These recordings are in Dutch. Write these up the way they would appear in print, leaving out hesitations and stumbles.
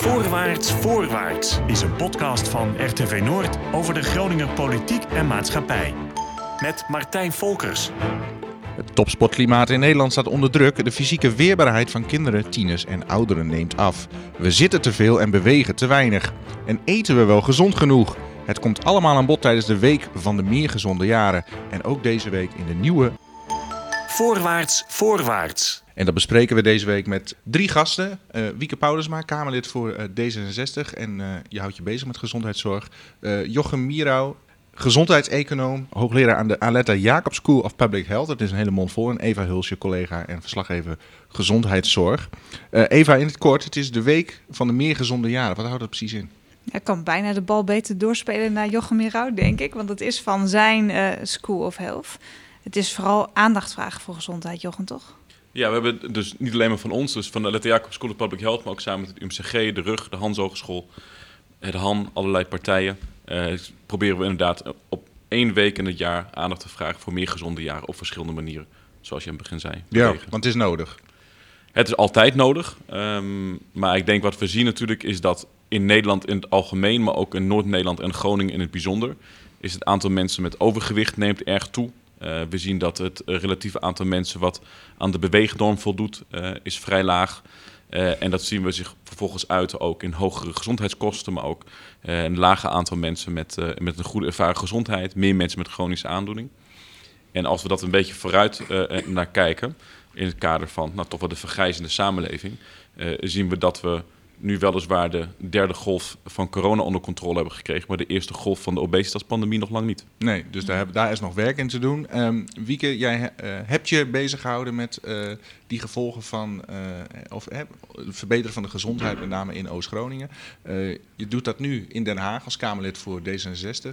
Voorwaarts, voorwaarts is een podcast van RTV Noord over de Groninger politiek en maatschappij. Met Martijn Volkers. Het topsportklimaat in Nederland staat onder druk. De fysieke weerbaarheid van kinderen, tieners en ouderen neemt af. We zitten te veel en bewegen te weinig. En eten we wel gezond genoeg? Het komt allemaal aan bod tijdens de Week van de Meer Gezonde Jaren. En ook deze week in de nieuwe Voorwaarts, voorwaarts. En dat bespreken we deze week met 3 gasten. Wieke Paulusma, Kamerlid voor D66 en je houdt je bezig met gezondheidszorg. Jochem Mierau, gezondheidseconoom, hoogleraar aan de Aletta Jacobs School of Public Health. Dat is een hele mond vol. En Eva Hulsje, collega en verslaggever gezondheidszorg. Eva, in het kort, het is de Week van de Meer Gezonde Jaren. Wat houdt dat precies in? Ik kan bijna de bal beter doorspelen naar Jochem Mierau, denk ik. Want het is van zijn School of Health. Het is vooral aandacht vragen voor gezondheid, Jochem, toch? Ja, we hebben dus niet alleen maar van ons, dus van de Aletta Jacobs School of Public Health, maar ook samen met het UMCG, de RUG, de Hans Hogeschool, het HAN, allerlei partijen. Proberen we inderdaad op 1 week in het jaar aandacht te vragen voor meer gezonde jaren op verschillende manieren. Zoals je aan het begin zei. Ja, want het is nodig. Het is altijd nodig. Maar ik denk wat we zien natuurlijk is dat in Nederland in het algemeen, maar ook in Noord-Nederland en Groningen in het bijzonder, is het aantal mensen met overgewicht neemt erg toe. We zien dat het relatieve aantal mensen wat aan de beweegnorm voldoet, is vrij laag. En dat zien we zich vervolgens uiten ook in hogere gezondheidskosten, maar ook een lager aantal mensen met een goede ervaren gezondheid, meer mensen met chronische aandoening. En als we dat een beetje vooruit naar kijken, in het kader van toch wel de vergrijzende samenleving, zien we dat we nu weliswaar de 3e golf van corona onder controle hebben gekregen, maar de eerste golf van de obesitaspandemie nog lang niet. Nee, dus daar is nog werk in te doen. Wieke, jij hebt je bezig gehouden met die gevolgen van het verbeteren van de gezondheid, met name in Oost-Groningen. Je doet dat nu in Den Haag als Kamerlid voor D66.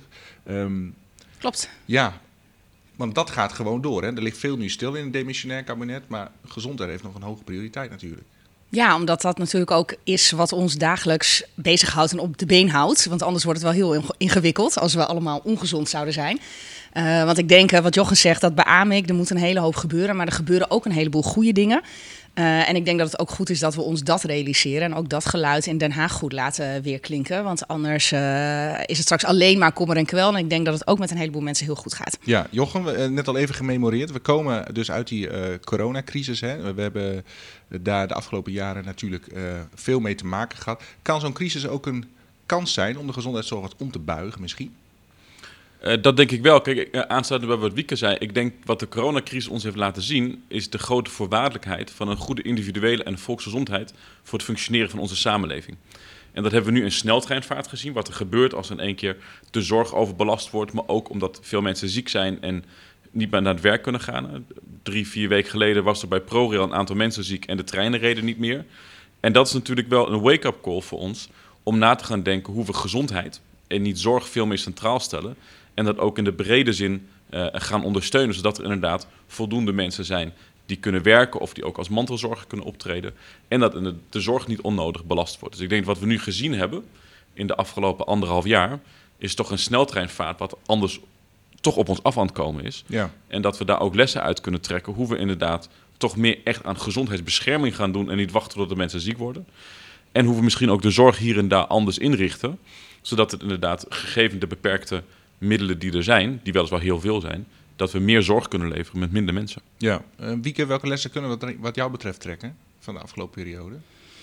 Klopt. Ja, want dat gaat gewoon door. Hè? Er ligt veel nu stil in het demissionair kabinet, maar gezondheid heeft nog een hoge prioriteit natuurlijk. Ja, omdat dat natuurlijk ook is wat ons dagelijks bezighoudt en op de been houdt. Want anders wordt het wel heel ingewikkeld als we allemaal ongezond zouden zijn. Want ik denk, wat Jochem zegt, dat beaam ik. Er moet een hele hoop gebeuren, maar er gebeuren ook een heleboel goede dingen. En ik denk dat het ook goed is dat we ons dat realiseren en ook dat geluid in Den Haag goed laten weerklinken. Want anders is het straks alleen maar kommer en kwel. En ik denk dat het ook met een heleboel mensen heel goed gaat. Ja, Jochem, net al even gememoreerd. We komen dus uit die coronacrisis. Hè. We hebben daar de afgelopen jaren natuurlijk veel mee te maken gehad. Kan zo'n crisis ook een kans zijn om de gezondheidszorg wat om te buigen misschien? Dat denk ik wel. Kijk, aansluitend bij wat Wieke zei, ik denk wat de coronacrisis ons heeft laten zien, is de grote voorwaardelijkheid van een goede individuele en volksgezondheid voor het functioneren van onze samenleving. En dat hebben we nu in sneltreinvaart gezien, wat er gebeurt als in één keer de zorg overbelast wordt, maar ook omdat veel mensen ziek zijn en niet meer naar het werk kunnen gaan. 3-4 weken geleden was er bij ProRail een aantal mensen ziek en de treinen reden niet meer. En dat is natuurlijk wel een wake-up call voor ons om na te gaan denken hoe we gezondheid en niet zorg veel meer centraal stellen. En dat ook in de brede zin gaan ondersteunen, zodat er inderdaad voldoende mensen zijn die kunnen werken of die ook als mantelzorger kunnen optreden. En dat de zorg niet onnodig belast wordt. Dus ik denk dat wat we nu gezien hebben in de afgelopen 1,5 jaar, is toch een sneltreinvaart wat anders toch op ons af aan het komen is. Ja. En dat we daar ook lessen uit kunnen trekken hoe we inderdaad toch meer echt aan gezondheidsbescherming gaan doen en niet wachten tot de mensen ziek worden. En hoe we misschien ook de zorg hier en daar anders inrichten, zodat het inderdaad gegeven de beperkte middelen die er zijn, die weliswaar heel veel zijn, dat we meer zorg kunnen leveren met minder mensen. Ja, Wieke, welke lessen kunnen we wat jou betreft trekken van de afgelopen periode?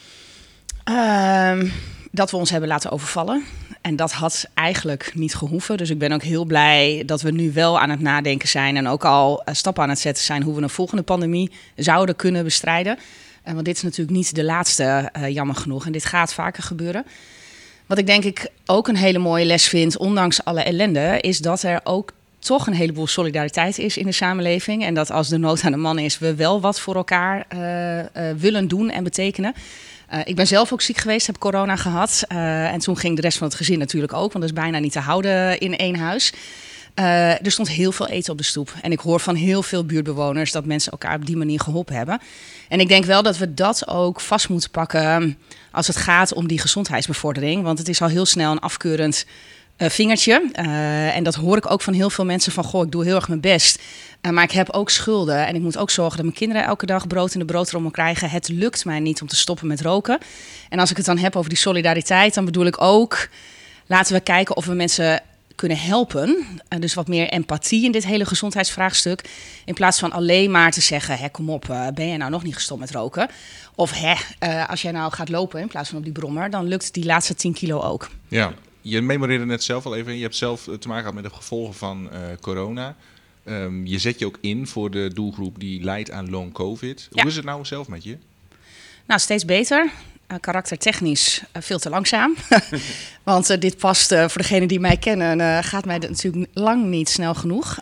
Dat we ons hebben laten overvallen. En dat had eigenlijk niet gehoeven. Dus ik ben ook heel blij dat we nu wel aan het nadenken zijn en ook al stappen aan het zetten zijn hoe we een volgende pandemie zouden kunnen bestrijden. Want dit is natuurlijk niet de laatste, jammer genoeg. En dit gaat vaker gebeuren. Wat ik denk ik ook een hele mooie les vind, ondanks alle ellende, is dat er ook toch een heleboel solidariteit is in de samenleving. En dat als de nood aan de man is, we wel wat voor elkaar willen doen en betekenen. Ik ben zelf ook ziek geweest, heb corona gehad. En toen ging de rest van het gezin natuurlijk ook, want dat is bijna niet te houden in één huis. Er stond heel veel eten op de stoep. En ik hoor van heel veel buurtbewoners dat mensen elkaar op die manier geholpen hebben. En ik denk wel dat we dat ook vast moeten pakken als het gaat om die gezondheidsbevordering. Want het is al heel snel een afkeurend vingertje. En dat hoor ik ook van heel veel mensen van, goh, ik doe heel erg mijn best. Maar ik heb ook schulden en ik moet ook zorgen dat mijn kinderen elke dag brood in de broodrommel krijgen. Het lukt mij niet om te stoppen met roken. En als ik het dan heb over die solidariteit, dan bedoel ik ook, laten we kijken of we mensen kunnen helpen. Dus wat meer empathie in dit hele gezondheidsvraagstuk. In plaats van alleen maar te zeggen, kom op, ben je nou nog niet gestopt met roken? Of als jij nou gaat lopen in plaats van op die brommer, dan lukt die laatste 10 kilo ook. Ja, je memoreerde net zelf al even. Je hebt zelf te maken gehad met de gevolgen van corona. Je zet je ook in voor de doelgroep die lijdt aan long COVID. Ja. Hoe is het nou zelf met je? Nou, steeds beter. Karaktertechnisch veel te langzaam. Want dit past, voor degenen die mij kennen, gaat mij natuurlijk lang niet snel genoeg.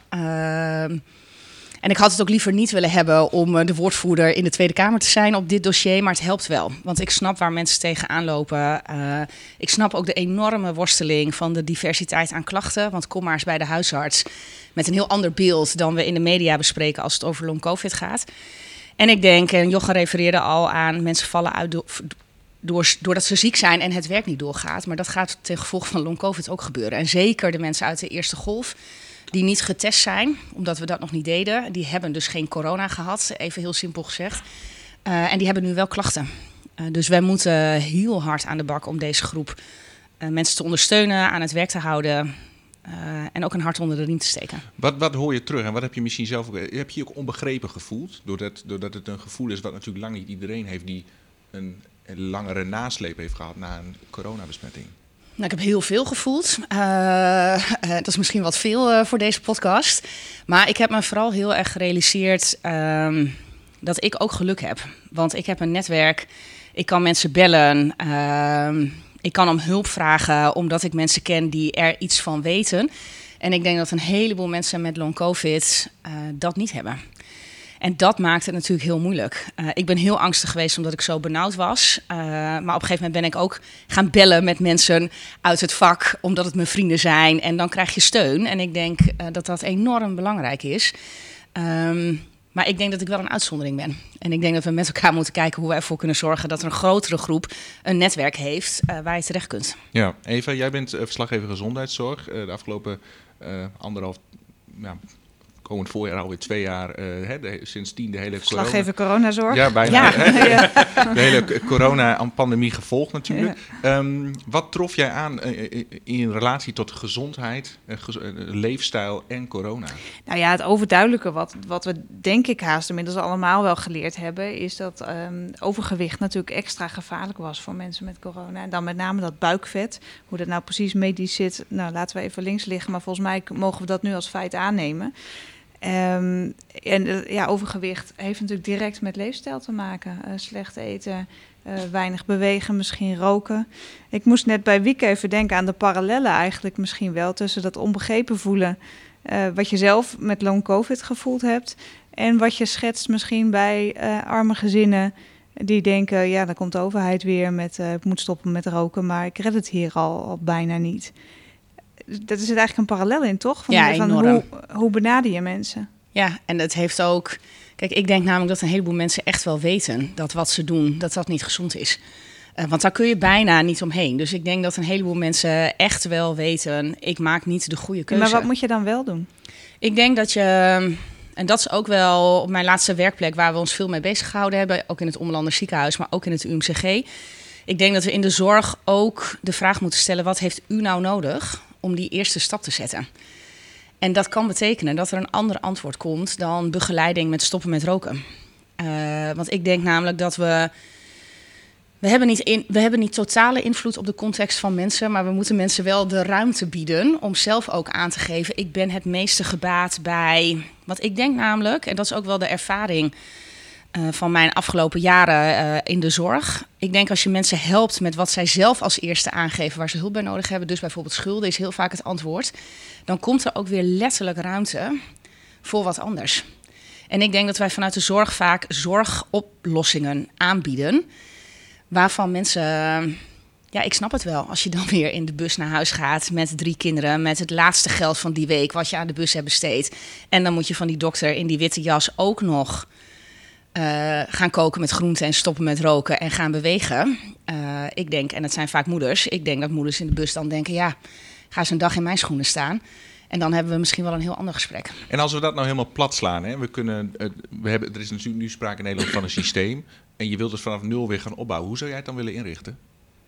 En ik had het ook liever niet willen hebben om de woordvoerder in de Tweede Kamer te zijn op dit dossier. Maar het helpt wel, want ik snap waar mensen tegenaan lopen. Ik snap ook de enorme worsteling van de diversiteit aan klachten. Want kom maar eens bij de huisarts met een heel ander beeld dan we in de media bespreken als het over long COVID gaat. En ik denk, en Jochem refereerde al aan, mensen vallen uit doordat ze ziek zijn en het werk niet doorgaat. Maar dat gaat ten gevolge van long COVID ook gebeuren. En zeker de mensen uit de eerste golf die niet getest zijn, omdat we dat nog niet deden. Die hebben dus geen corona gehad, even heel simpel gezegd. En die hebben nu wel klachten. Dus wij moeten heel hard aan de bak om deze groep mensen te ondersteunen, aan het werk te houden. En ook een hart onder de riem te steken. Wat hoor je terug en wat heb je misschien zelf ook... Heb je je ook onbegrepen gevoeld? Doordat het een gevoel is wat natuurlijk lang niet iedereen heeft die een langere nasleep heeft gehad na een coronabesmetting. Nou, ik heb heel veel gevoeld. Dat is misschien wat veel voor deze podcast. Maar ik heb me vooral heel erg gerealiseerd dat ik ook geluk heb. Want ik heb een netwerk, ik kan mensen bellen, ik kan om hulp vragen omdat ik mensen ken die er iets van weten. En ik denk dat een heleboel mensen met long COVID dat niet hebben. En dat maakt het natuurlijk heel moeilijk. Ik ben heel angstig geweest omdat ik zo benauwd was. Maar op een gegeven moment ben ik ook gaan bellen met mensen uit het vak, omdat het mijn vrienden zijn. En dan krijg je steun. En ik denk dat dat enorm belangrijk is. Maar ik denk dat ik wel een uitzondering ben. En ik denk dat we met elkaar moeten kijken hoe we ervoor kunnen zorgen dat er een grotere groep een netwerk heeft waar je terecht kunt. Ja, Eva, jij bent verslaggever gezondheidszorg. De afgelopen komend voorjaar alweer 2 jaar, sindsdien de hele Slaggever coronazorg. Ja, bijna. Ja. De hele corona-pandemie gevolgd natuurlijk. Ja. Wat trof jij aan in relatie tot gezondheid, leefstijl en corona? Nou ja, het overduidelijke wat we denk ik haast inmiddels allemaal wel geleerd hebben, is dat overgewicht natuurlijk extra gevaarlijk was voor mensen met corona. En dan met name dat buikvet. Hoe dat nou precies medisch zit, nou laten we even links liggen. Maar volgens mij mogen we dat nu als feit aannemen. Overgewicht heeft natuurlijk direct met leefstijl te maken. Slecht eten, weinig bewegen, misschien roken. Ik moest net bij Wieke even denken aan de parallellen eigenlijk misschien wel tussen dat onbegrepen voelen, wat je zelf met long COVID gevoeld hebt, en wat je schetst misschien bij arme gezinnen die denken, ja, dan komt de overheid weer met ik moet stoppen met roken, maar ik red het hier al bijna niet. Dat is eigenlijk een parallel in, toch? Van hoe benader je mensen? Ja, en het heeft ook... Kijk, ik denk namelijk dat een heleboel mensen echt wel weten dat wat ze doen, dat niet gezond is. Want daar kun je bijna niet omheen. Dus ik denk dat een heleboel mensen echt wel weten, ik maak niet de goede keuze. Maar wat moet je dan wel doen? Ik denk dat je... En dat is ook wel op mijn laatste werkplek waar we ons veel mee bezig gehouden hebben. Ook in het Ommelanders Ziekenhuis, maar ook in het UMCG. Ik denk dat we in de zorg ook de vraag moeten stellen, wat heeft u nou nodig om die eerste stap te zetten? En dat kan betekenen dat er een ander antwoord komt dan begeleiding met stoppen met roken. Want ik denk namelijk dat we hebben niet totale invloed op de context van mensen, maar we moeten mensen wel de ruimte bieden om zelf ook aan te geven, ik ben het meeste gebaat bij... Want ik denk namelijk, en dat is ook wel de ervaring van mijn afgelopen jaren in de zorg. Ik denk als je mensen helpt met wat zij zelf als eerste aangeven waar ze hulp bij nodig hebben, dus bijvoorbeeld schulden is heel vaak het antwoord, dan komt er ook weer letterlijk ruimte voor wat anders. En ik denk dat wij vanuit de zorg vaak zorgoplossingen aanbieden, waarvan mensen... Ja, ik snap het wel. Als je dan weer in de bus naar huis gaat met 3 kinderen, met het laatste geld van die week wat je aan de bus hebt besteed. En dan moet je van die dokter in die witte jas ook nog gaan koken met groenten en stoppen met roken en gaan bewegen. Ik denk, en het zijn vaak moeders, ik denk dat moeders in de bus dan denken, ja, Ga eens een dag in mijn schoenen staan. En dan hebben we misschien wel een heel ander gesprek. En als we dat nou helemaal plat slaan, hè, er is natuurlijk nu sprake in Nederland van een systeem. En je wilt dus vanaf nul weer gaan opbouwen. Hoe zou jij het dan willen inrichten?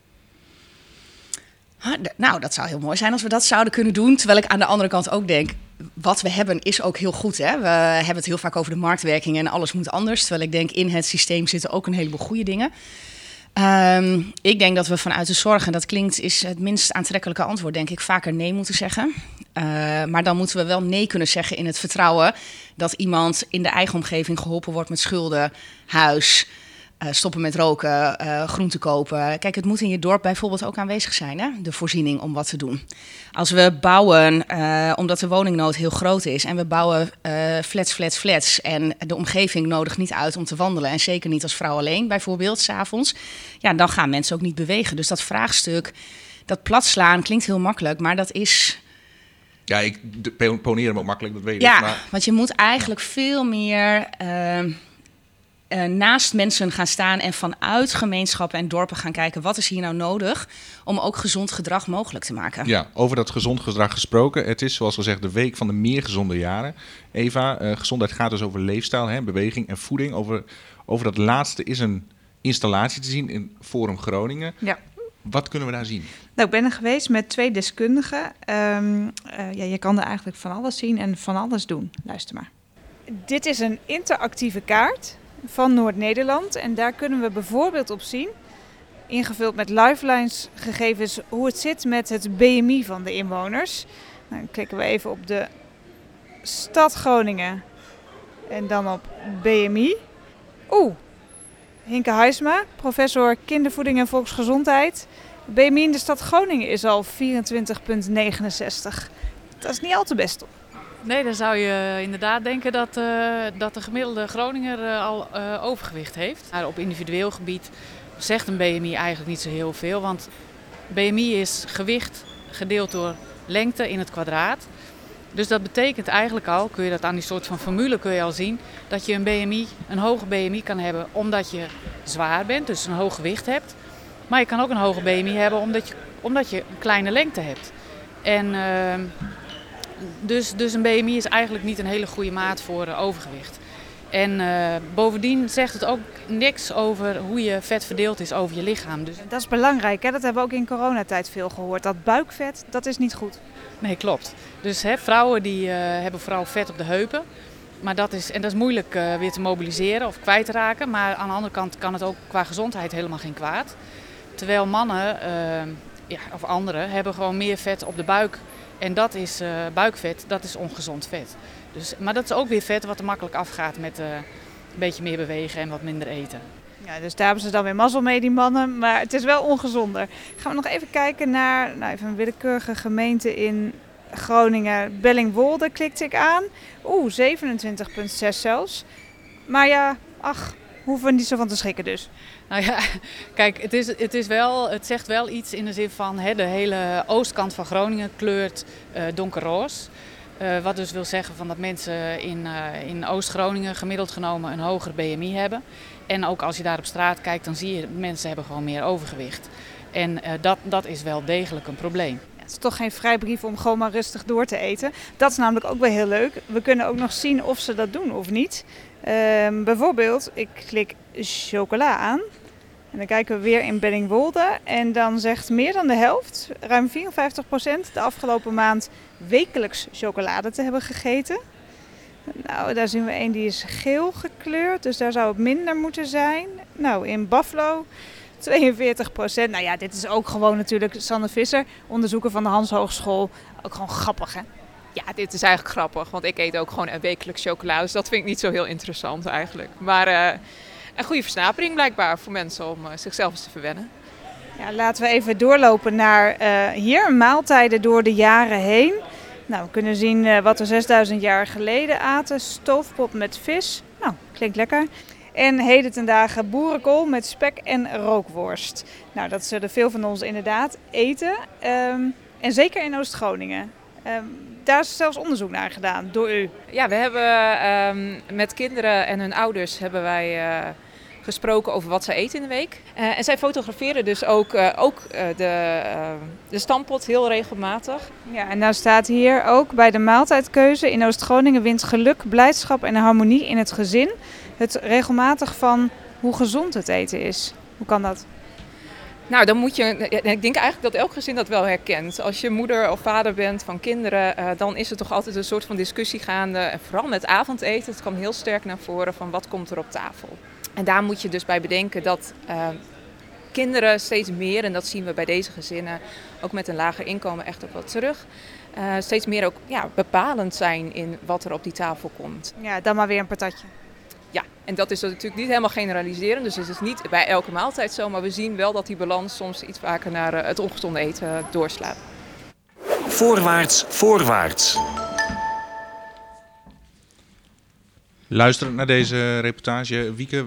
Nou, dat zou heel mooi zijn als we dat zouden kunnen doen. Terwijl ik aan de andere kant ook denk, wat we hebben is ook heel goed. Hè? We hebben het heel vaak over de marktwerking en alles moet anders. Terwijl ik denk, in het systeem zitten ook een heleboel goede dingen. Ik denk dat we vanuit de zorg, en dat is het minst aantrekkelijke antwoord, denk ik, vaker nee moeten zeggen. Maar dan moeten we wel nee kunnen zeggen in het vertrouwen dat iemand in de eigen omgeving geholpen wordt met schulden, huis, stoppen met roken, groente kopen. Kijk, het moet in je dorp bijvoorbeeld ook aanwezig zijn, hè? De voorziening om wat te doen. Als we bouwen, omdat de woningnood heel groot is en we bouwen flats en de omgeving nodigt niet uit om te wandelen en zeker niet als vrouw alleen, bijvoorbeeld, 's avonds, ja, dan gaan mensen ook niet bewegen. Dus dat vraagstuk, dat platslaan klinkt heel makkelijk, maar dat is... Ja, ik poneer hem ook makkelijk, dat weet ik. Ja, Maar... want je moet eigenlijk veel meer... naast mensen gaan staan en vanuit gemeenschappen en dorpen gaan kijken, wat is hier nou nodig om ook gezond gedrag mogelijk te maken. Ja, over dat gezond gedrag gesproken. Het is zoals gezegd de week van de meer gezonde jaren. Eva, gezondheid gaat dus over leefstijl, hè, beweging en voeding. Over dat laatste is een installatie te zien in Forum Groningen. Ja. Wat kunnen we daar zien? Nou, ik ben er geweest met 2 deskundigen. Je kan er eigenlijk van alles zien en van alles doen. Luister maar. Dit is een interactieve kaart van Noord-Nederland. En daar kunnen we bijvoorbeeld op zien, ingevuld met Lifelines gegevens, hoe het zit met het BMI van de inwoners. Nou, dan klikken we even op de stad Groningen en dan op BMI. Hinke Huisma, professor kindervoeding en volksgezondheid. BMI in de stad Groningen is al 24,69. Dat is niet al te best op. Nee, dan zou je inderdaad denken dat de gemiddelde Groninger al overgewicht heeft. Maar op individueel gebied zegt een BMI eigenlijk niet zo heel veel. Want BMI is gewicht gedeeld door lengte in het kwadraat. Dus dat betekent eigenlijk al, kun je dat aan die soort van formule kun je al zien, dat je een hoger BMI kan hebben omdat je zwaar bent, dus een hoog gewicht hebt. Maar je kan ook een hoger BMI hebben omdat je een kleine lengte hebt. En dus een BMI is eigenlijk niet een hele goede maat voor overgewicht. En bovendien zegt het ook niks over hoe je vet verdeeld is over je lichaam. Dus... Dat is belangrijk, hè? Dat hebben we ook in coronatijd veel gehoord. Dat buikvet, dat is niet goed. Nee, klopt. Dus vrouwen die hebben vooral vet op de heupen. Maar dat is moeilijk weer te mobiliseren of kwijt te raken. Maar aan de andere kant kan het ook qua gezondheid helemaal geen kwaad. Terwijl mannen of anderen hebben gewoon meer vet op de buik. En dat is buikvet, dat is ongezond vet. Maar dat is ook weer vet wat er makkelijk afgaat met een beetje meer bewegen en wat minder eten. Ja, dus daar hebben ze dan weer mazzel mee, die mannen. Maar het is wel ongezonder. Gaan we nog even kijken naar even een willekeurige gemeente in Groningen. Bellingwolde klikte ik aan. 27,6 zelfs. Maar ja, hoeven we niet zo van te schrikken dus. Nou ja, kijk, het zegt wel iets in de zin van de hele oostkant van Groningen kleurt donkerroos. Wat dus wil zeggen van dat mensen in Oost-Groningen gemiddeld genomen een hoger BMI hebben. En ook als je daar op straat kijkt, dan zie je mensen hebben gewoon meer overgewicht. En dat is wel degelijk een probleem. Het is toch geen vrijbrief om gewoon maar rustig door te eten. Dat is namelijk ook wel heel leuk. We kunnen ook nog zien of ze dat doen of niet. Bijvoorbeeld, ik klik chocola aan. En dan kijken we weer in Bellingwolde. En dan zegt meer dan de helft, ruim 54%, de afgelopen maand wekelijks chocolade te hebben gegeten. Nou, daar zien we een die is geel gekleurd. Dus daar zou het minder moeten zijn. Nou, in Buffalo 42%. Nou ja, dit is ook gewoon natuurlijk Sanne Visser, onderzoeker van de Hans Hogeschool. Ook gewoon grappig, hè? Ja, dit is eigenlijk grappig, want ik eet ook gewoon wekelijks chocola. Dus dat vind ik niet zo heel interessant eigenlijk. Maar een goede versnapering blijkbaar voor mensen om zichzelf eens te verwennen. Ja, laten we even doorlopen naar hier, maaltijden door de jaren heen. Nou, we kunnen zien wat we 6000 jaar geleden aten. Stoofpop met vis. Nou, klinkt lekker. En heden ten dagen boerenkool met spek en rookworst. Nou, dat zullen veel van ons inderdaad eten. En zeker in Oost-Groningen. Daar is zelfs onderzoek naar gedaan door u. Ja, we hebben met kinderen en hun ouders hebben wij gesproken over wat ze eten in de week. En zij fotograferen dus ook de stampot heel regelmatig. Ja, en nou staat hier ook bij de maaltijdkeuze in Oost-Groningen wint geluk, blijdschap en harmonie in het gezin. Het regelmatig van hoe gezond het eten is. Hoe kan dat? Nou, dan moet je. Ik denk eigenlijk dat elk gezin dat wel herkent. Als je moeder of vader bent van kinderen, dan is er toch altijd een soort van discussie gaande. En vooral met avondeten. Het kwam heel sterk naar voren van wat komt er op tafel. En daar moet je dus bij bedenken dat kinderen steeds meer, en dat zien we bij deze gezinnen, ook met een lager inkomen echt ook wat terug. Steeds meer ook bepalend zijn in wat er op die tafel komt. Ja, dan maar weer een patatje. Ja, en dat is natuurlijk niet helemaal generaliseren. Dus het is niet bij elke maaltijd zo. Maar we zien wel dat die balans soms iets vaker naar het ongezonde eten doorslaat. Voorwaarts, voorwaarts. Luisterend naar deze reportage, Wieke,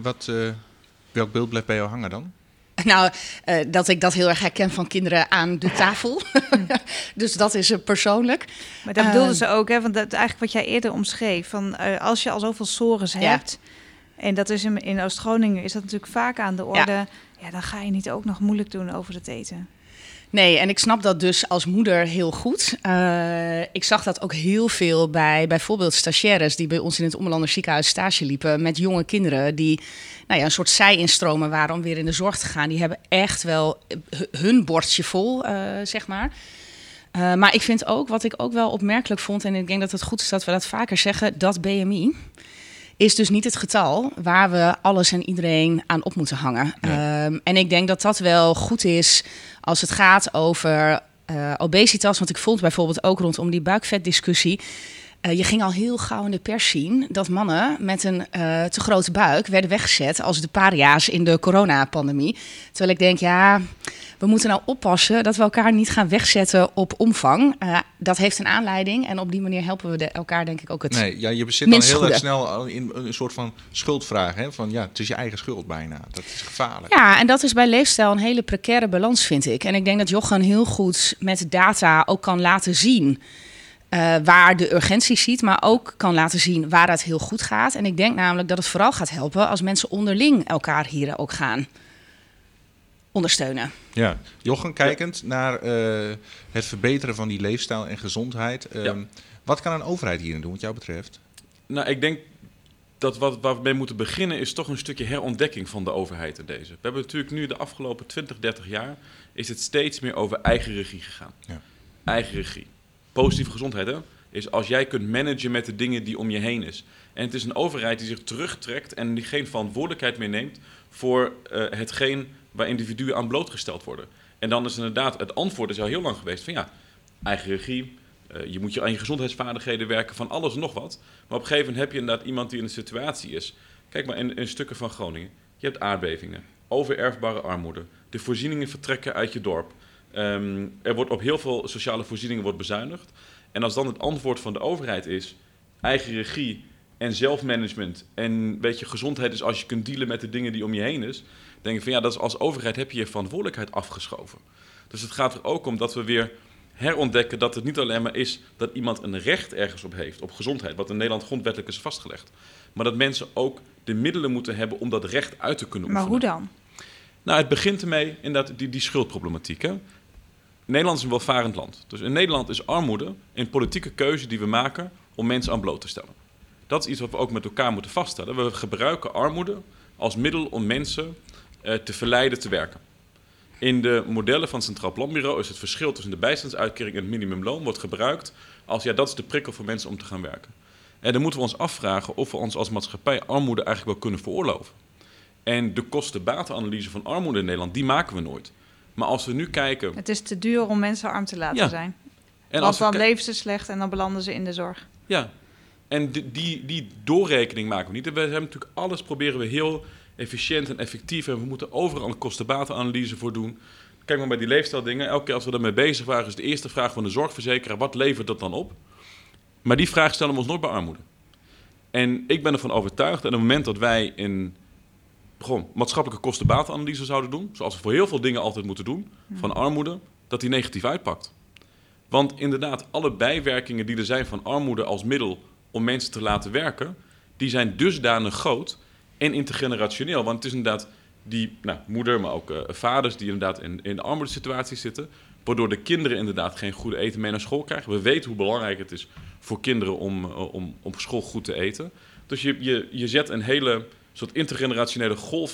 welk beeld blijft bij jou hangen dan? Nou, dat ik dat heel erg herken van kinderen aan de tafel. Dus dat is persoonlijk. Maar dat bedoelden ze ook, hè? Want dat eigenlijk wat jij eerder omschreef. Van, als je al zoveel sores hebt, en dat is in Oost-Groningen is dat natuurlijk vaak aan de orde. Ja, dan ga je niet ook nog moeilijk doen over het eten. Nee, en ik snap dat dus als moeder heel goed. Ik zag dat ook heel veel bij bijvoorbeeld stagiaires die bij ons in het Omelander ziekenhuis stage liepen met jonge kinderen die een soort zij-instromen waren om weer in de zorg te gaan. Die hebben echt wel hun bordje vol, zeg maar. Maar ik vind ook, wat ik ook wel opmerkelijk vond, en ik denk dat het goed is dat we dat vaker zeggen, dat BMI is dus niet het getal waar we alles en iedereen aan op moeten hangen. Nee. En ik denk dat dat wel goed is als het gaat over obesitas. Want ik vond bijvoorbeeld ook rondom die buikvetdiscussie. Je ging al heel gauw in de pers zien dat mannen met een te grote buik werden weggezet als de paria's in de coronapandemie. Terwijl ik denk, we moeten nou oppassen dat we elkaar niet gaan wegzetten op omvang. Dat heeft een aanleiding en op die manier helpen we elkaar denk ik ook het je zit dan heel erg snel in een soort van schuldvraag. Hè? Van het is je eigen schuld bijna. Dat is gevaarlijk. Ja, en dat is bij leefstijl een hele precaire balans, vind ik. En ik denk dat Jochem heel goed met data ook kan laten zien waar de urgentie ziet, maar ook kan laten zien waar het heel goed gaat. En ik denk namelijk dat het vooral gaat helpen als mensen onderling elkaar hier ook gaan ondersteunen. Ja, Jochem, kijkend naar het verbeteren van die leefstijl en gezondheid. Wat kan een overheid hierin doen wat jou betreft? Nou, ik denk dat waar we mee moeten beginnen is toch een stukje herontdekking van de overheid in deze. We hebben natuurlijk nu de afgelopen 20, 30 jaar is het steeds meer over eigen regie gegaan. Ja. Eigen regie. Positieve gezondheid, hè? Is als jij kunt managen met de dingen die om je heen is. En het is een overheid die zich terugtrekt en die geen verantwoordelijkheid meer neemt voor hetgeen waar individuen aan blootgesteld worden. En dan is inderdaad, het antwoord is al heel lang geweest van eigen regie, je moet aan je gezondheidsvaardigheden werken, van alles en nog wat. Maar op een gegeven moment heb je inderdaad iemand die in een situatie is. Kijk maar in stukken van Groningen. Je hebt aardbevingen, overerfbare armoede, de voorzieningen vertrekken uit je dorp. Er wordt op heel veel sociale voorzieningen wordt bezuinigd. En als dan het antwoord van de overheid is eigen regie en zelfmanagement en gezondheid is als je kunt dealen met de dingen die om je heen is, denk ik van dat is als overheid heb je je verantwoordelijkheid afgeschoven. Dus het gaat er ook om dat we weer herontdekken dat het niet alleen maar is dat iemand een recht ergens op heeft, op gezondheid, wat in Nederland grondwettelijk is vastgelegd. Maar dat mensen ook de middelen moeten hebben om dat recht uit te kunnen oefenen. Maar hoe dan? Nou, het begint ermee inderdaad die schuldproblematiek. Hè? Nederland is een welvarend land. Dus in Nederland is armoede een politieke keuze die we maken om mensen aan bloot te stellen. Dat is iets wat we ook met elkaar moeten vaststellen. We gebruiken armoede als middel om mensen te verleiden te werken. In de modellen van het Centraal Planbureau is het verschil tussen de bijstandsuitkering en het minimumloon wordt gebruikt als dat is de prikkel voor mensen om te gaan werken. En dan moeten we ons afvragen of we ons als maatschappij armoede eigenlijk wel kunnen veroorloven. En de kosten-batenanalyse van armoede in Nederland, die maken we nooit. Maar als we nu kijken... Het is te duur om mensen arm te laten zijn. En want dan leven ze slecht en dan belanden ze in de zorg. Ja, en die doorrekening maken we niet. En we hebben natuurlijk alles proberen we heel efficiënt en effectief. En we moeten overal een kosten-batenanalyse voor doen. Kijk maar bij die leefstijldingen. Elke keer als we daarmee bezig waren, is de eerste vraag van de zorgverzekeraar: wat levert dat dan op? Maar die vraag stellen we ons nooit bij armoede. En ik ben ervan overtuigd dat op het moment dat wij een maatschappelijke kosten-batenanalyse zouden doen, zoals we voor heel veel dingen altijd moeten doen, van armoede, dat die negatief uitpakt. Want inderdaad, alle bijwerkingen die er zijn van armoede als middel om mensen te laten werken, die zijn dusdanig groot en intergenerationeel. Want het is inderdaad die moeder, maar ook vaders die inderdaad in armoedesituaties zitten, waardoor de kinderen inderdaad geen goede eten mee naar school krijgen. We weten hoe belangrijk het is voor kinderen om op school goed te eten. Dus je zet een hele soort intergenerationele golf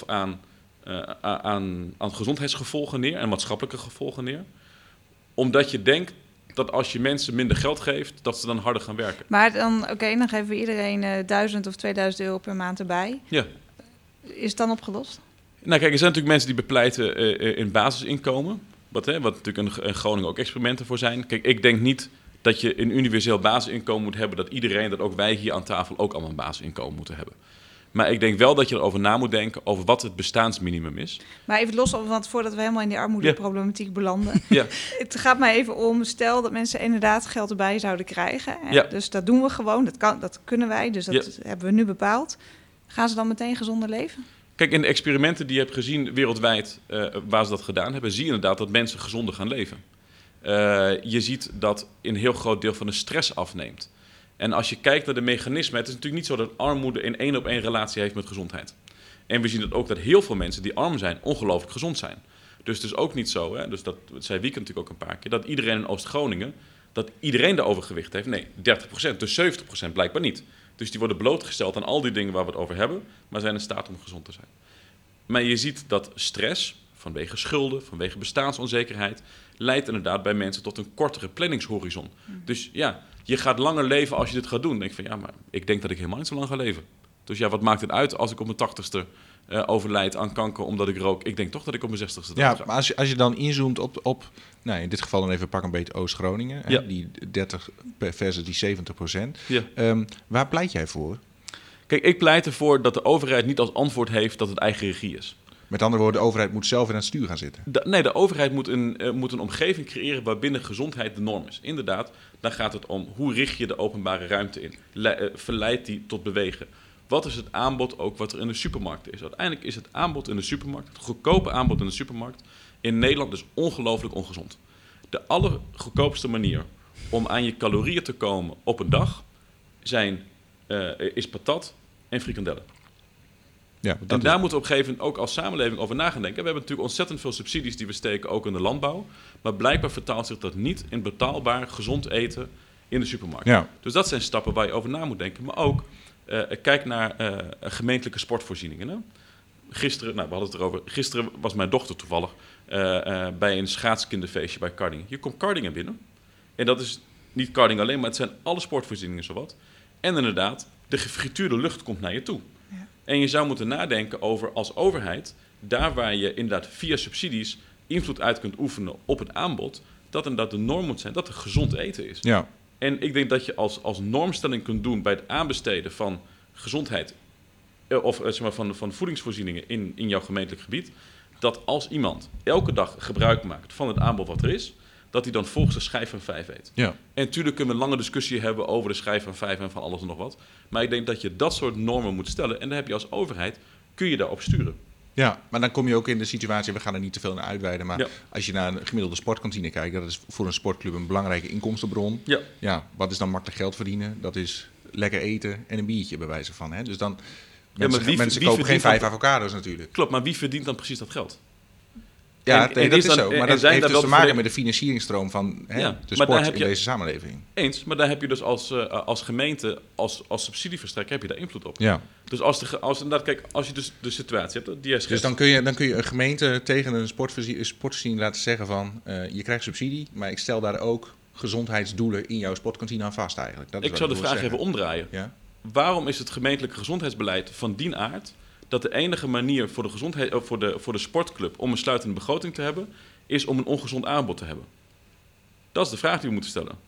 aan gezondheidsgevolgen neer en maatschappelijke gevolgen neer. Omdat je denkt dat als je mensen minder geld geeft, dat ze dan harder gaan werken. Maar dan geven we iedereen 1.000 of 2.000 euro per maand erbij. Ja. Is het dan opgelost? Nou kijk, er zijn natuurlijk mensen die bepleiten in basisinkomen. Wat natuurlijk in Groningen ook experimenten voor zijn. Kijk, ik denk niet dat je een universeel basisinkomen moet hebben, dat iedereen, dat ook wij hier aan tafel ook allemaal een basisinkomen moeten hebben. Maar ik denk wel dat je erover na moet denken over wat het bestaansminimum is. Maar even los, want voordat we helemaal in die armoedeproblematiek belanden. Ja. Het gaat mij even om, stel dat mensen inderdaad geld erbij zouden krijgen. Ja. Dus dat doen we gewoon, dat kunnen wij, dus dat hebben we nu bepaald. Gaan ze dan meteen gezonder leven? Kijk, in de experimenten die je hebt gezien wereldwijd waar ze dat gedaan hebben, zie je inderdaad dat mensen gezonder gaan leven. Je ziet dat een heel groot deel van de stress afneemt. En als je kijkt naar de mechanismen, het is natuurlijk niet zo dat armoede een 1-op-1 relatie heeft met gezondheid. En we zien dat ook dat heel veel mensen die arm zijn, ongelooflijk gezond zijn. Dus het is ook niet zo, dus dat zei Wieke natuurlijk ook een paar keer, dat iedereen in Oost-Groningen, dat iedereen de overgewicht heeft. Nee, 30%, dus 70% blijkbaar niet. Dus die worden blootgesteld aan al die dingen waar we het over hebben, maar zijn in staat om gezond te zijn. Maar je ziet dat stress, vanwege schulden, vanwege bestaansonzekerheid, leidt inderdaad bij mensen tot een kortere planningshorizon. Dus ja, je gaat langer leven als je dit gaat doen. Dan denk ik van, ja, maar ik denk dat ik helemaal niet zo lang ga leven. Dus ja, wat maakt het uit als ik op mijn 80ste overlijd aan kanker omdat ik rook? Ik denk toch dat ik op mijn 60ste Ja, ga. maar als je dan inzoomt op nou, in dit geval dan even pak een beetje Oost-Groningen. Ja. Die 30 versus die 70%. Ja. Waar pleit jij voor? Kijk, ik pleit ervoor dat de overheid niet als antwoord heeft dat het eigen regie is. Met andere woorden, de overheid moet zelf in het stuur gaan zitten. De overheid moet een omgeving creëren waarbinnen gezondheid de norm is. Inderdaad, dan gaat het om hoe richt je de openbare ruimte in. Verleidt die tot bewegen. Wat is het aanbod ook wat er in de supermarkt is? Uiteindelijk is het aanbod in de supermarkt, het goedkope aanbod in de supermarkt, in Nederland dus ongelooflijk ongezond. De allergoedkoopste manier om aan je calorieën te komen op een dag is patat en frikandellen. Ja, En daar moeten we op een gegeven moment ook als samenleving over na gaan denken. We hebben natuurlijk ontzettend veel subsidies die we steken, ook in de landbouw. Maar blijkbaar vertaalt zich dat niet in betaalbaar, gezond eten in de supermarkt. Ja. Dus dat zijn stappen waar je over na moet denken. Maar ook, kijk naar gemeentelijke sportvoorzieningen. Hè? Gisteren, we hadden het erover. Gisteren was mijn dochter toevallig bij een schaatskinderfeestje bij Kardingen. Je komt Kardingen binnen. En dat is niet Kardingen alleen, maar het zijn alle sportvoorzieningen zowat. En inderdaad, de gefrituurde lucht komt naar je toe. Ja. En je zou moeten nadenken over als overheid, daar waar je inderdaad via subsidies invloed uit kunt oefenen op het aanbod, dat inderdaad de norm moet zijn dat er gezond eten is. Ja. En ik denk dat je als normstelling kunt doen bij het aanbesteden van gezondheid of van voedingsvoorzieningen in jouw gemeentelijk gebied, dat als iemand elke dag gebruik maakt van het aanbod wat er is, dat hij dan volgens de schijf van 5 eet. Ja. En natuurlijk kunnen we een lange discussie hebben over de schijf van 5 en van alles en nog wat. Maar ik denk dat je dat soort normen moet stellen. En dan heb je als overheid, kun je daarop sturen. Ja, maar dan kom je ook in de situatie, we gaan er niet te veel naar uitweiden, maar als je naar een gemiddelde sportkantine kijkt, dat is voor een sportclub een belangrijke inkomstenbron. Ja. Ja, wat is dan makkelijk geld verdienen? Dat is lekker eten en een biertje bij wijze van. Hè? Dus dan, maar mensen wie kopen geen 5 verdient avocado's natuurlijk. Klopt, maar wie verdient dan precies dat geld? Ja, En dat is is dan- zo. en Maar dat zijn heeft daar dus wel te maken voor- met de financieringstroom van Ja, de maar sport daar heb in je- deze samenleving. Eens, maar daar heb je dus als gemeente, als subsidieverstrekker, heb je daar invloed op. Ja. Dus als je dus de situatie hebt, die jij Dus schetst. dan kun je een gemeente tegen een sportvoorziening laten zeggen van, je krijgt subsidie, maar ik stel daar ook gezondheidsdoelen in jouw sportkantine aan vast eigenlijk. Dat is Ik wat zou de wil vraag zeggen. even omdraaien. Ja? Waarom is het gemeentelijke gezondheidsbeleid van die aard dat de enige manier voor voor de sportclub om een sluitende begroting te hebben, is om een ongezond aanbod te hebben? Dat is de vraag die we moeten stellen.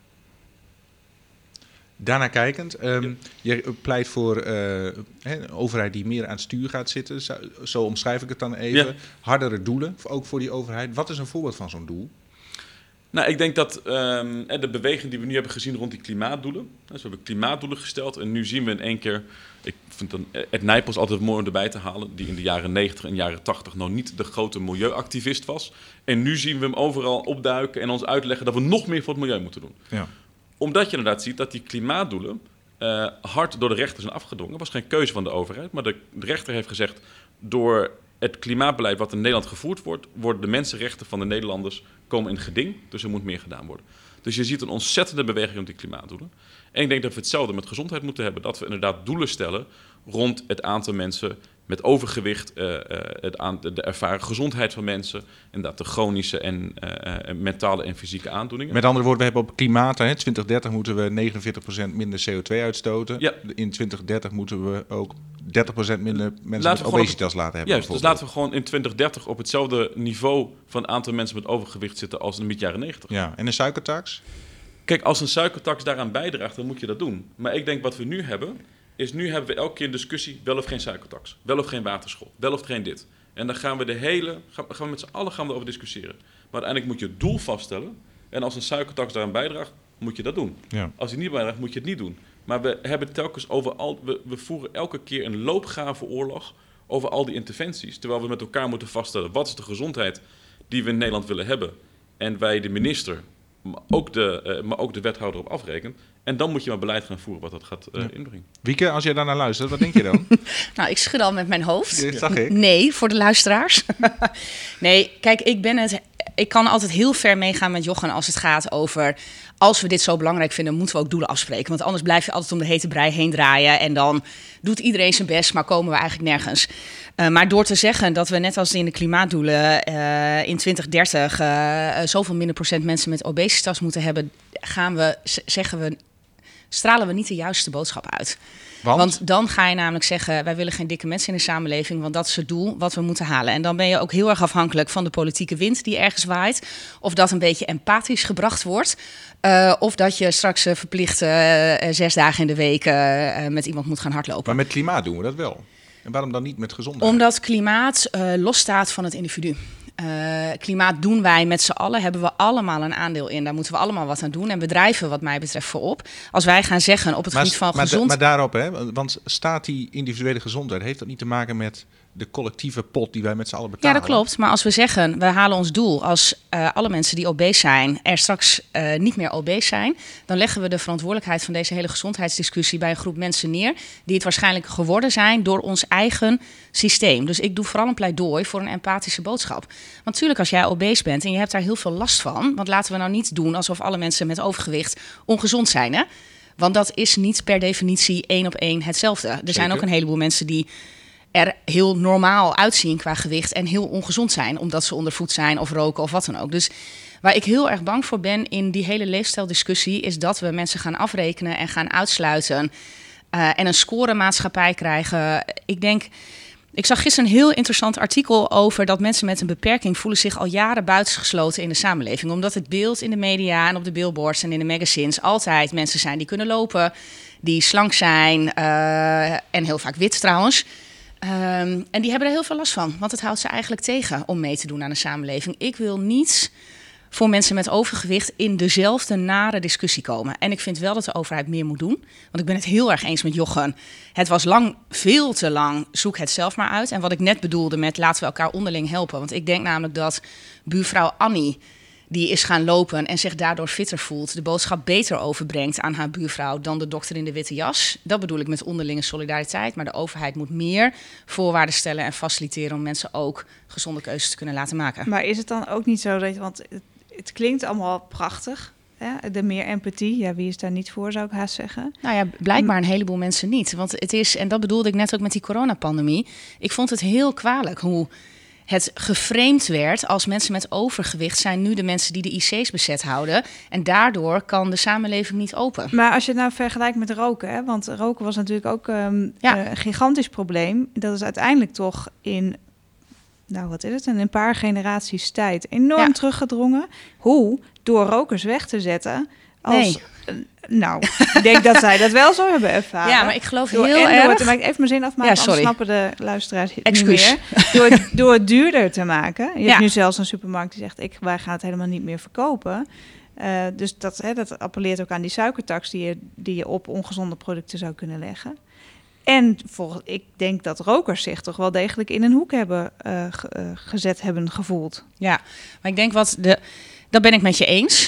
Daarna kijkend, je pleit voor een overheid die meer aan het stuur gaat zitten. Zo omschrijf ik het dan even. Ja. Hardere doelen, ook voor die overheid. Wat is een voorbeeld van zo'n doel? Nou, ik denk dat de beweging die we nu hebben gezien rond die klimaatdoelen. Dus we hebben klimaatdoelen gesteld en nu zien we in één keer. Ik vind dan Ed Nijpels altijd mooi om erbij te halen. Die in de jaren 90 en jaren 80 nou niet de grote milieuactivist was. En nu zien we hem overal opduiken en ons uitleggen dat we nog meer voor het milieu moeten doen. Ja. Omdat je inderdaad ziet dat die klimaatdoelen hard door de rechter zijn afgedwongen. Het was geen keuze van de overheid, maar de rechter heeft gezegd, door het klimaatbeleid wat in Nederland gevoerd wordt, worden de mensenrechten van de Nederlanders komen in geding. Dus er moet meer gedaan worden. Dus je ziet een ontzettende beweging rond die klimaatdoelen. En ik denk dat we hetzelfde met gezondheid moeten hebben. Dat we inderdaad doelen stellen rond het aantal mensen met overgewicht, de ervaren gezondheid van mensen, inderdaad de chronische en mentale en fysieke aandoeningen. Met andere woorden, we hebben op klimaat, hè, 2030 moeten we 49% minder CO2 uitstoten. Ja. In 2030 moeten we ook 30% minder mensen met obesitas laten hebben. Juist, dus laten we gewoon in 2030 op hetzelfde niveau van het aantal mensen met overgewicht zitten als in de jaren 90. Ja, en een suikertax? Kijk, als een suikertax daaraan bijdraagt, dan moet je dat doen. Maar ik denk wat we nu hebben, nu hebben we elke keer een discussie, wel of geen suikertax, wel of geen waterschool, wel of geen dit. En dan gaan we met z'n allen erover discussiëren. Maar uiteindelijk moet je het doel vaststellen. En als een suikertax daaraan bijdraagt, moet je dat doen. Ja. Als die niet bijdraagt, moet je het niet doen. Maar we hebben telkens we voeren elke keer een loopgravenoorlog over al die interventies. Terwijl we met elkaar moeten vaststellen, wat is de gezondheid die we in Nederland willen hebben. En wij de minister, maar ook de wethouder op afrekenen. En dan moet je maar beleid gaan voeren wat dat gaat inbrengen. Wieke, als jij daarnaar luistert, wat denk je dan? Nou, ik schud al met mijn hoofd. Dat zag ik. Nee, voor de luisteraars. Nee, kijk, ik kan altijd heel ver meegaan met Jochem als het gaat over, als we dit zo belangrijk vinden, moeten we ook doelen afspreken. Want anders blijf je altijd om de hete brei heen draaien en dan doet iedereen zijn best, maar komen we eigenlijk nergens. Maar door te zeggen dat we net als in de klimaatdoelen in 2030 zoveel minder procent mensen met obesitas moeten hebben, stralen we niet de juiste boodschap uit. Want dan ga je namelijk zeggen, wij willen geen dikke mensen in de samenleving, want dat is het doel wat we moeten halen. En dan ben je ook heel erg afhankelijk van de politieke wind die ergens waait. Of dat een beetje empathisch gebracht wordt. Of dat je straks verplicht 6 dagen in de week met iemand moet gaan hardlopen. Maar met klimaat doen we dat wel. En waarom dan niet met gezondheid? Omdat klimaat losstaat van het individu. Klimaat doen wij met z'n allen, hebben we allemaal een aandeel in. Daar moeten we allemaal wat aan doen. En bedrijven wat mij betreft voorop. Als wij gaan zeggen op het gebied van gezondheid. Maar daarop, hè, want staat die individuele gezondheid, heeft dat niet te maken met de collectieve pot die wij met z'n allen betalen? Ja, dat klopt. Maar als we zeggen, we halen ons doel als alle mensen die obese zijn er straks niet meer obese zijn, dan leggen we de verantwoordelijkheid van deze hele gezondheidsdiscussie bij een groep mensen neer die het waarschijnlijk geworden zijn door ons eigen systeem. Dus ik doe vooral een pleidooi voor een empathische boodschap. Want natuurlijk, als jij obese bent en je hebt daar heel veel last van, want laten we nou niet doen alsof alle mensen met overgewicht ongezond zijn, hè? Want dat is niet per definitie 1 op 1 hetzelfde. Er zijn ook een heleboel mensen die er heel normaal uitzien qua gewicht en heel ongezond zijn, omdat ze ondervoed zijn of roken of wat dan ook. Dus waar ik heel erg bang voor ben in die hele leefstijldiscussie, is dat we mensen gaan afrekenen en gaan uitsluiten en een scoremaatschappij krijgen. Ik zag gisteren een heel interessant artikel over dat mensen met een beperking voelen zich al jaren buitengesloten in de samenleving. Omdat het beeld in de media en op de billboards en in de magazines altijd mensen zijn die kunnen lopen, die slank zijn en heel vaak wit trouwens. En die hebben er heel veel last van, want het houdt ze eigenlijk tegen om mee te doen aan de samenleving. Ik wil niet voor mensen met overgewicht in dezelfde nare discussie komen. En ik vind wel dat de overheid meer moet doen. Want ik ben het heel erg eens met Jochem. Het was veel te lang, zoek het zelf maar uit. En wat ik net bedoelde met laten we elkaar onderling helpen. Want ik denk namelijk dat buurvrouw Annie, die is gaan lopen en zich daardoor fitter voelt, de boodschap beter overbrengt aan haar buurvrouw dan de dokter in de witte jas. Dat bedoel ik met onderlinge solidariteit. Maar de overheid moet meer voorwaarden stellen en faciliteren om mensen ook gezonde keuzes te kunnen laten maken. Maar is het dan ook niet zo dat, want het klinkt allemaal prachtig, hè? De meer empathie, ja, wie is daar niet voor, zou ik haast zeggen. Nou ja, blijkbaar een heleboel mensen niet. Want het is, en dat bedoelde ik net ook met die coronapandemie, ik vond het heel kwalijk hoe het geframed werd als mensen met overgewicht zijn nu de mensen die de IC's bezet houden. En daardoor kan de samenleving niet open. Maar als je het nou vergelijkt met roken, hè, want roken was natuurlijk ook een gigantisch probleem. Dat is uiteindelijk toch in een paar generaties tijd enorm teruggedrongen. Hoe? Door rokers weg te zetten. Ik denk dat zij dat wel zo hebben ervaren. Ja, maar ik geloof heel erg. Maar ik even mijn zin afmaken, anders snappen de luisteraars niet meer. Door het duurder te maken. Je hebt nu zelfs een supermarkt die zegt, wij gaan het helemaal niet meer verkopen. Dus dat appelleert ook aan die suikertax die je op ongezonde producten zou kunnen leggen. En ik denk dat rokers zich toch wel degelijk in een hoek hebben gezet hebben gevoeld. Ja, maar ik denk dat ben ik met je eens.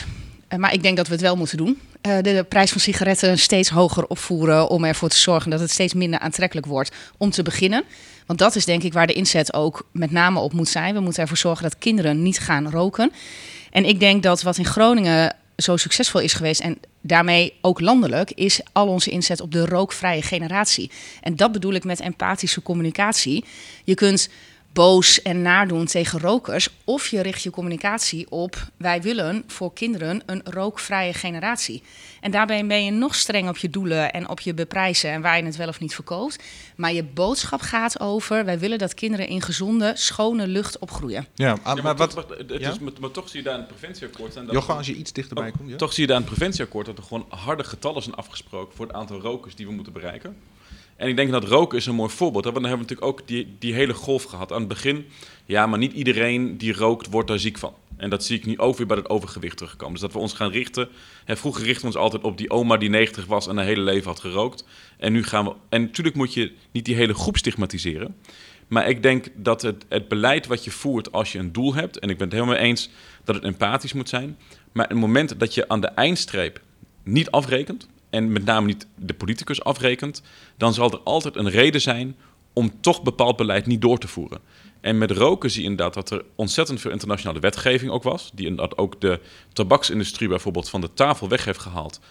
Maar ik denk dat we het wel moeten doen. De prijs van sigaretten steeds hoger opvoeren om ervoor te zorgen dat het steeds minder aantrekkelijk wordt om te beginnen. Want dat is denk ik waar de inzet ook met name op moet zijn. We moeten ervoor zorgen dat kinderen niet gaan roken. En ik denk dat wat in Groningen zo succesvol is geweest en daarmee ook landelijk, is al onze inzet op de rookvrije generatie. En dat bedoel ik met empathische communicatie. Je kunt boos en nadoen tegen rokers, of je richt je communicatie op: wij willen voor kinderen een rookvrije generatie. En daarbij ben je nog streng op je doelen en op je beprijzen en waar je het wel of niet verkoopt. Maar je boodschap gaat over: wij willen dat kinderen in gezonde, schone lucht opgroeien. Ja, Maar maar toch zie je daar een preventieakkoord aan. Jochem, als je iets dichterbij komt. Ja? Toch zie je daar een preventieakkoord dat er gewoon harde getallen zijn afgesproken voor het aantal rokers die we moeten bereiken. En ik denk dat roken is een mooi voorbeeld. Want dan hebben we natuurlijk ook die hele golf gehad. Aan het begin, ja, maar niet iedereen die rookt wordt daar ziek van. En dat zie ik nu ook weer bij het overgewicht terugkomen. Dus dat we ons gaan richten. Vroeger richten we ons altijd op die oma die 90 was en haar hele leven had gerookt. En nu gaan we. En natuurlijk moet je niet die hele groep stigmatiseren. Maar ik denk dat het beleid wat je voert als je een doel hebt, en ik ben het helemaal mee eens dat het empathisch moet zijn. Maar het moment dat je aan de eindstreep niet afrekent, en met name niet de politicus afrekent, dan zal er altijd een reden zijn om toch bepaald beleid niet door te voeren. En met roken zie je inderdaad dat er ontzettend veel internationale wetgeving ook was, die inderdaad ook de tabaksindustrie bijvoorbeeld van de tafel weg heeft gehaald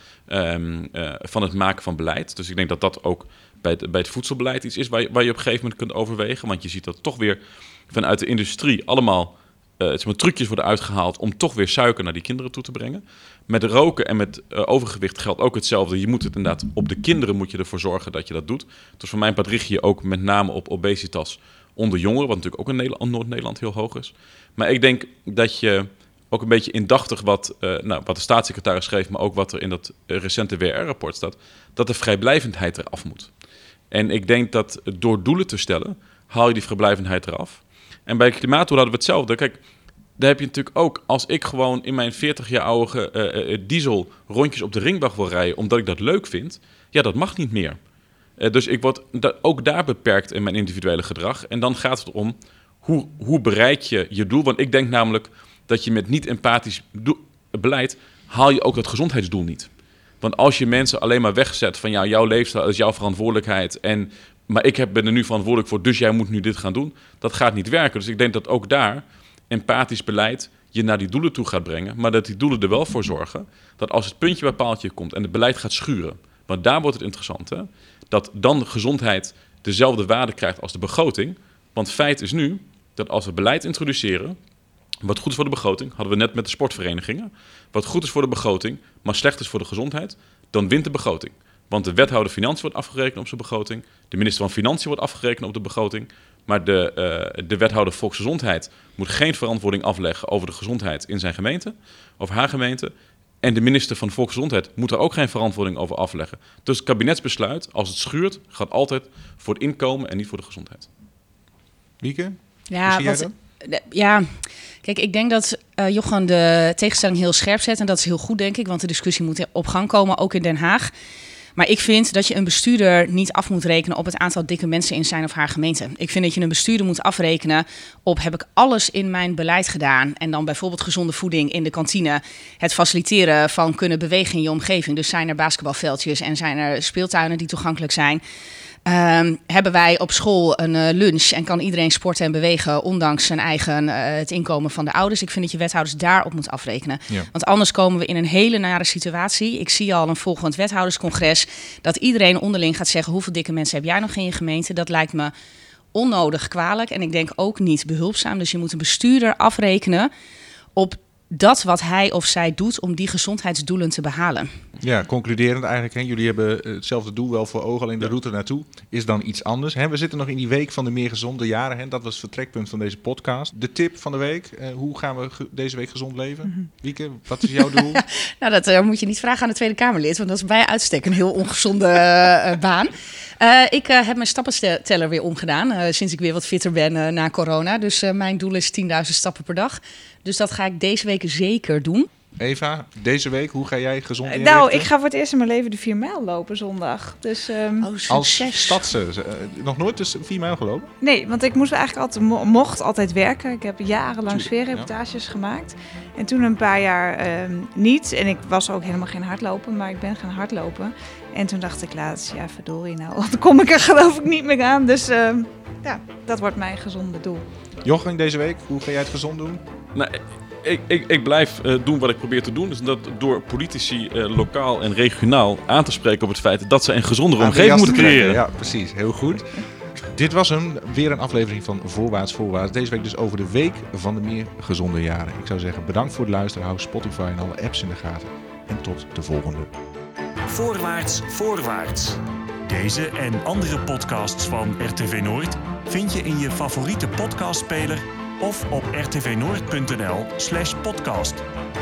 van het maken van beleid. Dus ik denk dat dat ook bij het voedselbeleid iets is waar je op een gegeven moment kunt overwegen, want je ziet dat toch weer vanuit de industrie allemaal trucjes worden uitgehaald om toch weer suiker naar die kinderen toe te brengen. Met roken en met overgewicht geldt ook hetzelfde. Je moet het inderdaad op de kinderen moet je ervoor zorgen dat je dat doet. Dus voor mijn part richt je je ook met name op obesitas onder jongeren, wat natuurlijk ook in Noord-Nederland heel hoog is. Maar ik denk dat je ook een beetje indachtig wat de staatssecretaris schreef, maar ook wat er in dat recente WR-rapport staat, dat de vrijblijvendheid eraf moet. En ik denk dat door doelen te stellen, haal je die vrijblijvendheid eraf. En bij klimaatdoel hadden we hetzelfde. Kijk, daar heb je natuurlijk ook, als ik gewoon in mijn 40 jaar oude diesel rondjes op de ringbak wil rijden, omdat ik dat leuk vind, ja, dat mag niet meer. Dus ik word ook daar beperkt in mijn individuele gedrag. En dan gaat het om, hoe bereik je je doel? Want ik denk namelijk dat je met niet-empathisch beleid, haal je ook dat gezondheidsdoel niet. Want als je mensen alleen maar wegzet van, ja, jouw leefstijl is jouw verantwoordelijkheid, maar ik ben er nu verantwoordelijk voor, dus jij moet nu dit gaan doen. Dat gaat niet werken. Dus ik denk dat ook daar empathisch beleid je naar die doelen toe gaat brengen, maar dat die doelen er wel voor zorgen dat als het puntje bij paaltje komt en het beleid gaat schuren, want daar wordt het interessant, hè, dat dan gezondheid dezelfde waarde krijgt als de begroting. Want feit is nu dat als we beleid introduceren, wat goed is voor de begroting, hadden we net met de sportverenigingen, wat goed is voor de begroting, maar slecht is voor de gezondheid, dan wint de begroting. Want de wethouder Financiën wordt afgerekend op zijn begroting, de minister van Financiën wordt afgerekend op de begroting, maar de wethouder Volksgezondheid moet geen verantwoording afleggen over de gezondheid in zijn gemeente, of haar gemeente. En de minister van Volksgezondheid moet er ook geen verantwoording over afleggen. Dus het kabinetsbesluit, als het schuurt, gaat altijd voor het inkomen en niet voor de gezondheid. Wieke? Ja, kijk, ik denk dat Jochem de tegenstelling heel scherp zet. En dat is heel goed, denk ik, want de discussie moet op gang komen, ook in Den Haag. Maar ik vind dat je een bestuurder niet af moet rekenen op het aantal dikke mensen in zijn of haar gemeente. Ik vind dat je een bestuurder moet afrekenen op: heb ik alles in mijn beleid gedaan? En dan bijvoorbeeld gezonde voeding in de kantine. Het faciliteren van kunnen bewegen in je omgeving. Dus zijn er basketbalveldjes en zijn er speeltuinen die toegankelijk zijn. Hebben wij op school een lunch en kan iedereen sporten en bewegen, ondanks zijn eigen het inkomen van de ouders. Ik vind dat je wethouders daarop moet afrekenen. Ja. Want anders komen we in een hele nare situatie. Ik zie al een volgend wethouderscongres dat iedereen onderling gaat zeggen: hoeveel dikke mensen heb jij nog in je gemeente? Dat lijkt me onnodig kwalijk en ik denk ook niet behulpzaam. Dus je moet een bestuurder afrekenen op dat wat hij of zij doet om die gezondheidsdoelen te behalen. Ja, concluderend eigenlijk. Hè, jullie hebben hetzelfde doel wel voor ogen, alleen de route naartoe is dan iets anders. Hè, we zitten nog in die week van de meer gezonde jaren. Hè, dat was het vertrekpunt van deze podcast. De tip van de week, hoe gaan we deze week gezond leven? Mm-hmm. Wieke, wat is jouw doel? Nou, dat moet je niet vragen aan de Tweede Kamerlid, want dat is bij uitstek een heel ongezonde baan. Ik heb mijn stappenteller weer omgedaan, sinds ik weer wat fitter ben na corona. Dus mijn doel is 10.000 stappen per dag. Dus dat ga ik deze week zeker doen. Eva, deze week, hoe ga jij gezond Nou, inrichten? ik ga voor het eerst in mijn leven de 4 mijl lopen zondag. Dus Als succes. stadse, nog nooit dus 4 mijl gelopen? nee, want ik moest eigenlijk mocht altijd werken. Ik heb jarenlang Tuurlijk, sfeerreportages gemaakt. En toen een paar jaar niet. En ik was ook helemaal geen hardloper, maar ik ben gaan hardlopen. En toen dacht ik laatst, ja verdorie nou, dan kom ik er geloof ik niet meer aan. Dus ja, dat wordt mijn gezonde doel. Jochem, deze week, hoe ga jij het gezond doen? Nou, ik blijf doen wat ik probeer te doen. Dus dat door politici lokaal en regionaal aan te spreken op het feit dat ze een gezondere omgeving moeten creëren. Ja, precies. Heel goed. Dit was weer een aflevering van Voorwaarts. Deze week dus over de week van de meer gezonde jaren. Ik zou zeggen, bedankt voor het luisteren. Hou Spotify en alle apps in de gaten. En tot de volgende. Voorwaarts. Deze en andere podcasts van RTV Noord vind je in je favoriete podcastspeler of op rtvnoord.nl/podcast.